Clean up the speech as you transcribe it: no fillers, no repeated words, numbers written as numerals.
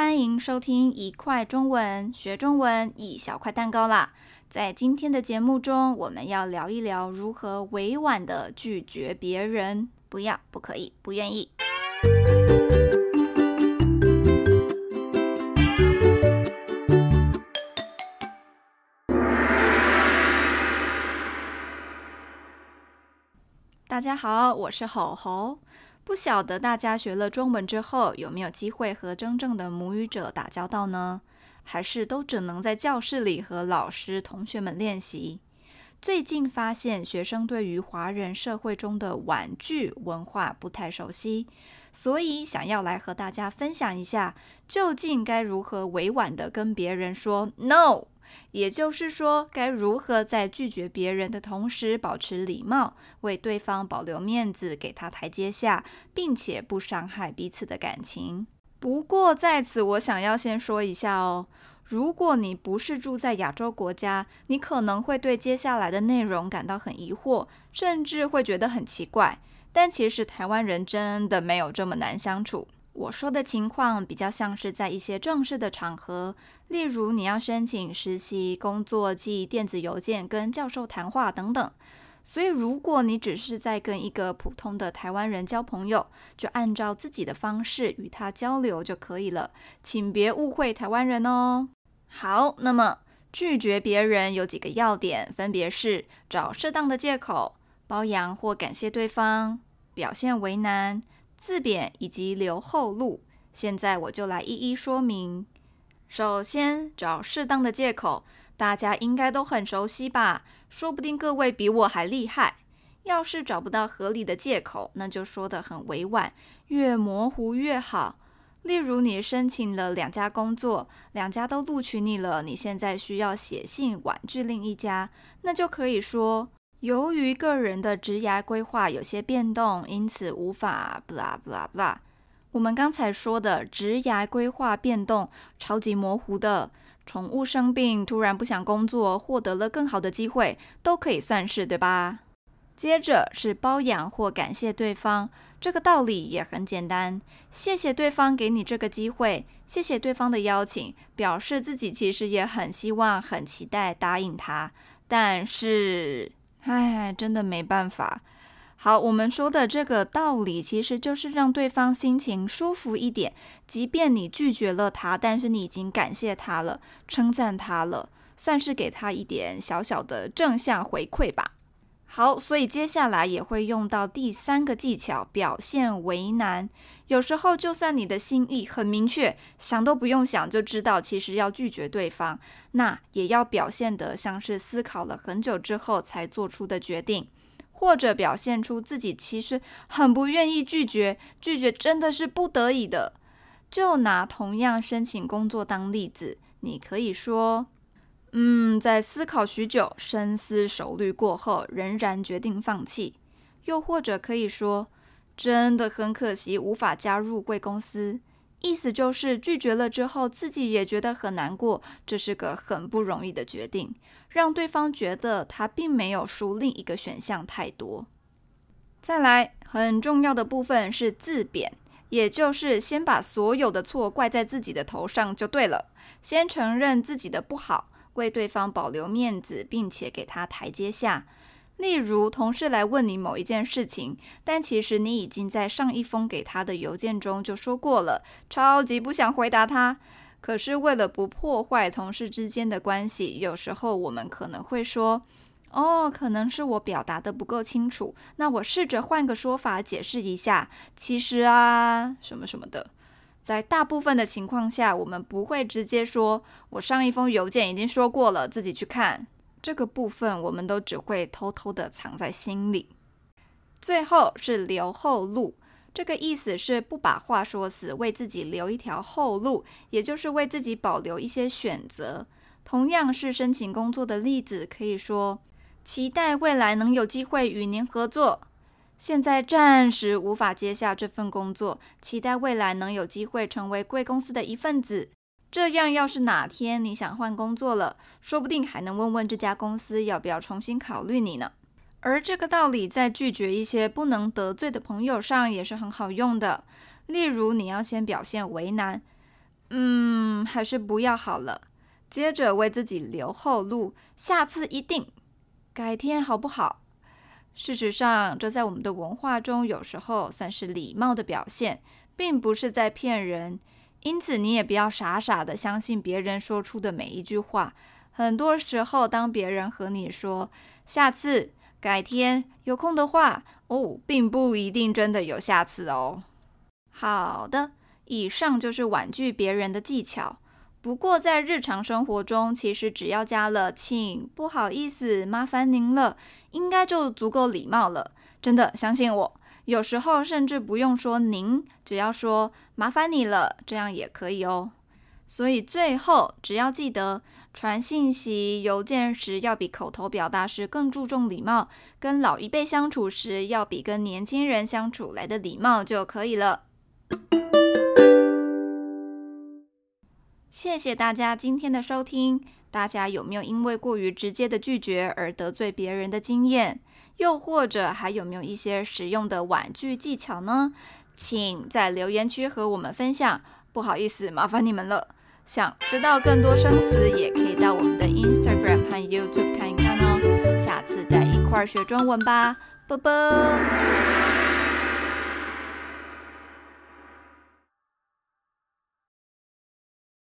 欢迎收听一块中文，学中文一小块蛋糕啦！在今天的节目中，我们要聊一聊如何委婉地拒绝别人。不要，不可以，不愿意。大家好，我是吼吼。不晓得大家学了中文之后，有没有机会和真正的母语者打交道呢？还是都只能在教室里和老师、同学们练习？最近发现学生对于华人社会中的婉拒文化不太熟悉，所以想要来和大家分享一下，究竟该如何委婉地跟别人说 “no”， 也就是说，该如何在拒绝别人的同时保持礼貌，为对方保留面子，给他台阶下，并且不伤害彼此的感情。不过在此我想要先说一下哦，如果你不是住在亚洲国家，你可能会对接下来的内容感到很疑惑，甚至会觉得很奇怪。但其实台湾人真的没有这么难相处。我说的情况比较像是在一些正式的场合，例如你要申请实习、工作、寄电子邮件、跟教授谈话等等。所以如果你只是在跟一个普通的台湾人交朋友，就按照自己的方式与他交流就可以了，请别误会台湾人哦。好，那么拒绝别人有几个要点，分别是找适当的借口、褒扬或感谢对方、表现为难、自贬以及留后路。现在我就来一一说明。首先，找适当的借口，大家应该都很熟悉吧？说不定各位比我还厉害。要是找不到合理的借口，那就说得很委婉，越模糊越好。例如你申请了2家工作，2家都录取你了，你现在需要写信婉拒另一家，那就可以说，由于个人的职涯规划有些变动，因此无法 blah blah blah。我们刚才说的职涯规划变动超级模糊的，宠物生病，突然不想工作，获得了更好的机会，都可以算是，对吧？接着是褒扬或感谢对方，这个道理也很简单，谢谢对方给你这个机会，谢谢对方的邀请，表示自己其实也很希望、很期待答应他，但是，真的没办法。好，我们说的这个道理其实就是让对方心情舒服一点，即便你拒绝了他，但是你已经感谢他了，称赞他了，算是给他一点小小的正向回馈吧。好，所以接下来也会用到第3个技巧，表现为难。有时候就算你的心意很明确，想都不用想就知道其实要拒绝对方，那也要表现得像是思考了很久之后才做出的决定。或者表现出自己其实很不愿意拒绝真的是不得已的。就拿同样申请工作当例子，你可以说，在思考许久、深思熟虑过后，仍然决定放弃。又或者可以说，真的很可惜无法加入贵公司。意思就是拒绝了之后，自己也觉得很难过，这是个很不容易的决定，让对方觉得他并没有输另一个选项太多。再来，很重要的部分是自贬，也就是先把所有的错怪在自己的头上就对了，先承认自己的不好，为对方保留面子，并且给他台阶下。例如，同事来问你某一件事情，但其实你已经在上一封给他的邮件中就说过了，超级不想回答他。可是为了不破坏同事之间的关系，有时候我们可能会说，可能是我表达的不够清楚，那我试着换个说法解释一下，其实什么什么的。在大部分的情况下，我们不会直接说，我上一封邮件已经说过了，自己去看。这个部分我们都只会偷偷的藏在心里。最后是留后路，这个意思是不把话说死，为自己留一条后路，也就是为自己保留一些选择。同样是申请工作的例子，可以说，期待未来能有机会与您合作，现在暂时无法接下这份工作，期待未来能有机会成为贵公司的一份子。这样要是哪天你想换工作了，说不定还能问问这家公司要不要重新考虑你呢。而这个道理在拒绝一些不能得罪的朋友上也是很好用的。例如你要先表现为难， 还是不要好了。接着为自己留后路，下次一定，改天好不好？事实上，这在我们的文化中有时候算是礼貌的表现，并不是在骗人。因此，你也不要傻傻的相信别人说出的每一句话。很多时候，当别人和你说下次、改天、有空的话，并不一定真的有下次哦。好的，以上就是婉拒别人的技巧。不过在日常生活中，其实只要加了请、不好意思、麻烦您了，应该就足够礼貌了。真的，相信我。有时候甚至不用说您，只要说麻烦你了，这样也可以哦。所以最后，只要记得传信息、邮件时要比口头表达时更注重礼貌，跟老一辈相处时要比跟年轻人相处来的礼貌就可以了。谢谢大家今天的收听。大家有没有因为过于直接的拒绝而得罪别人的经验？又或者还有没有一些实用的婉拒技巧呢？请在留言区和我们分享。不好意思，麻烦你们了。想知道更多生词，也可以到我们的 Instagram 和 YouTube 看一看哦。下次再一块学中文吧，啵啵。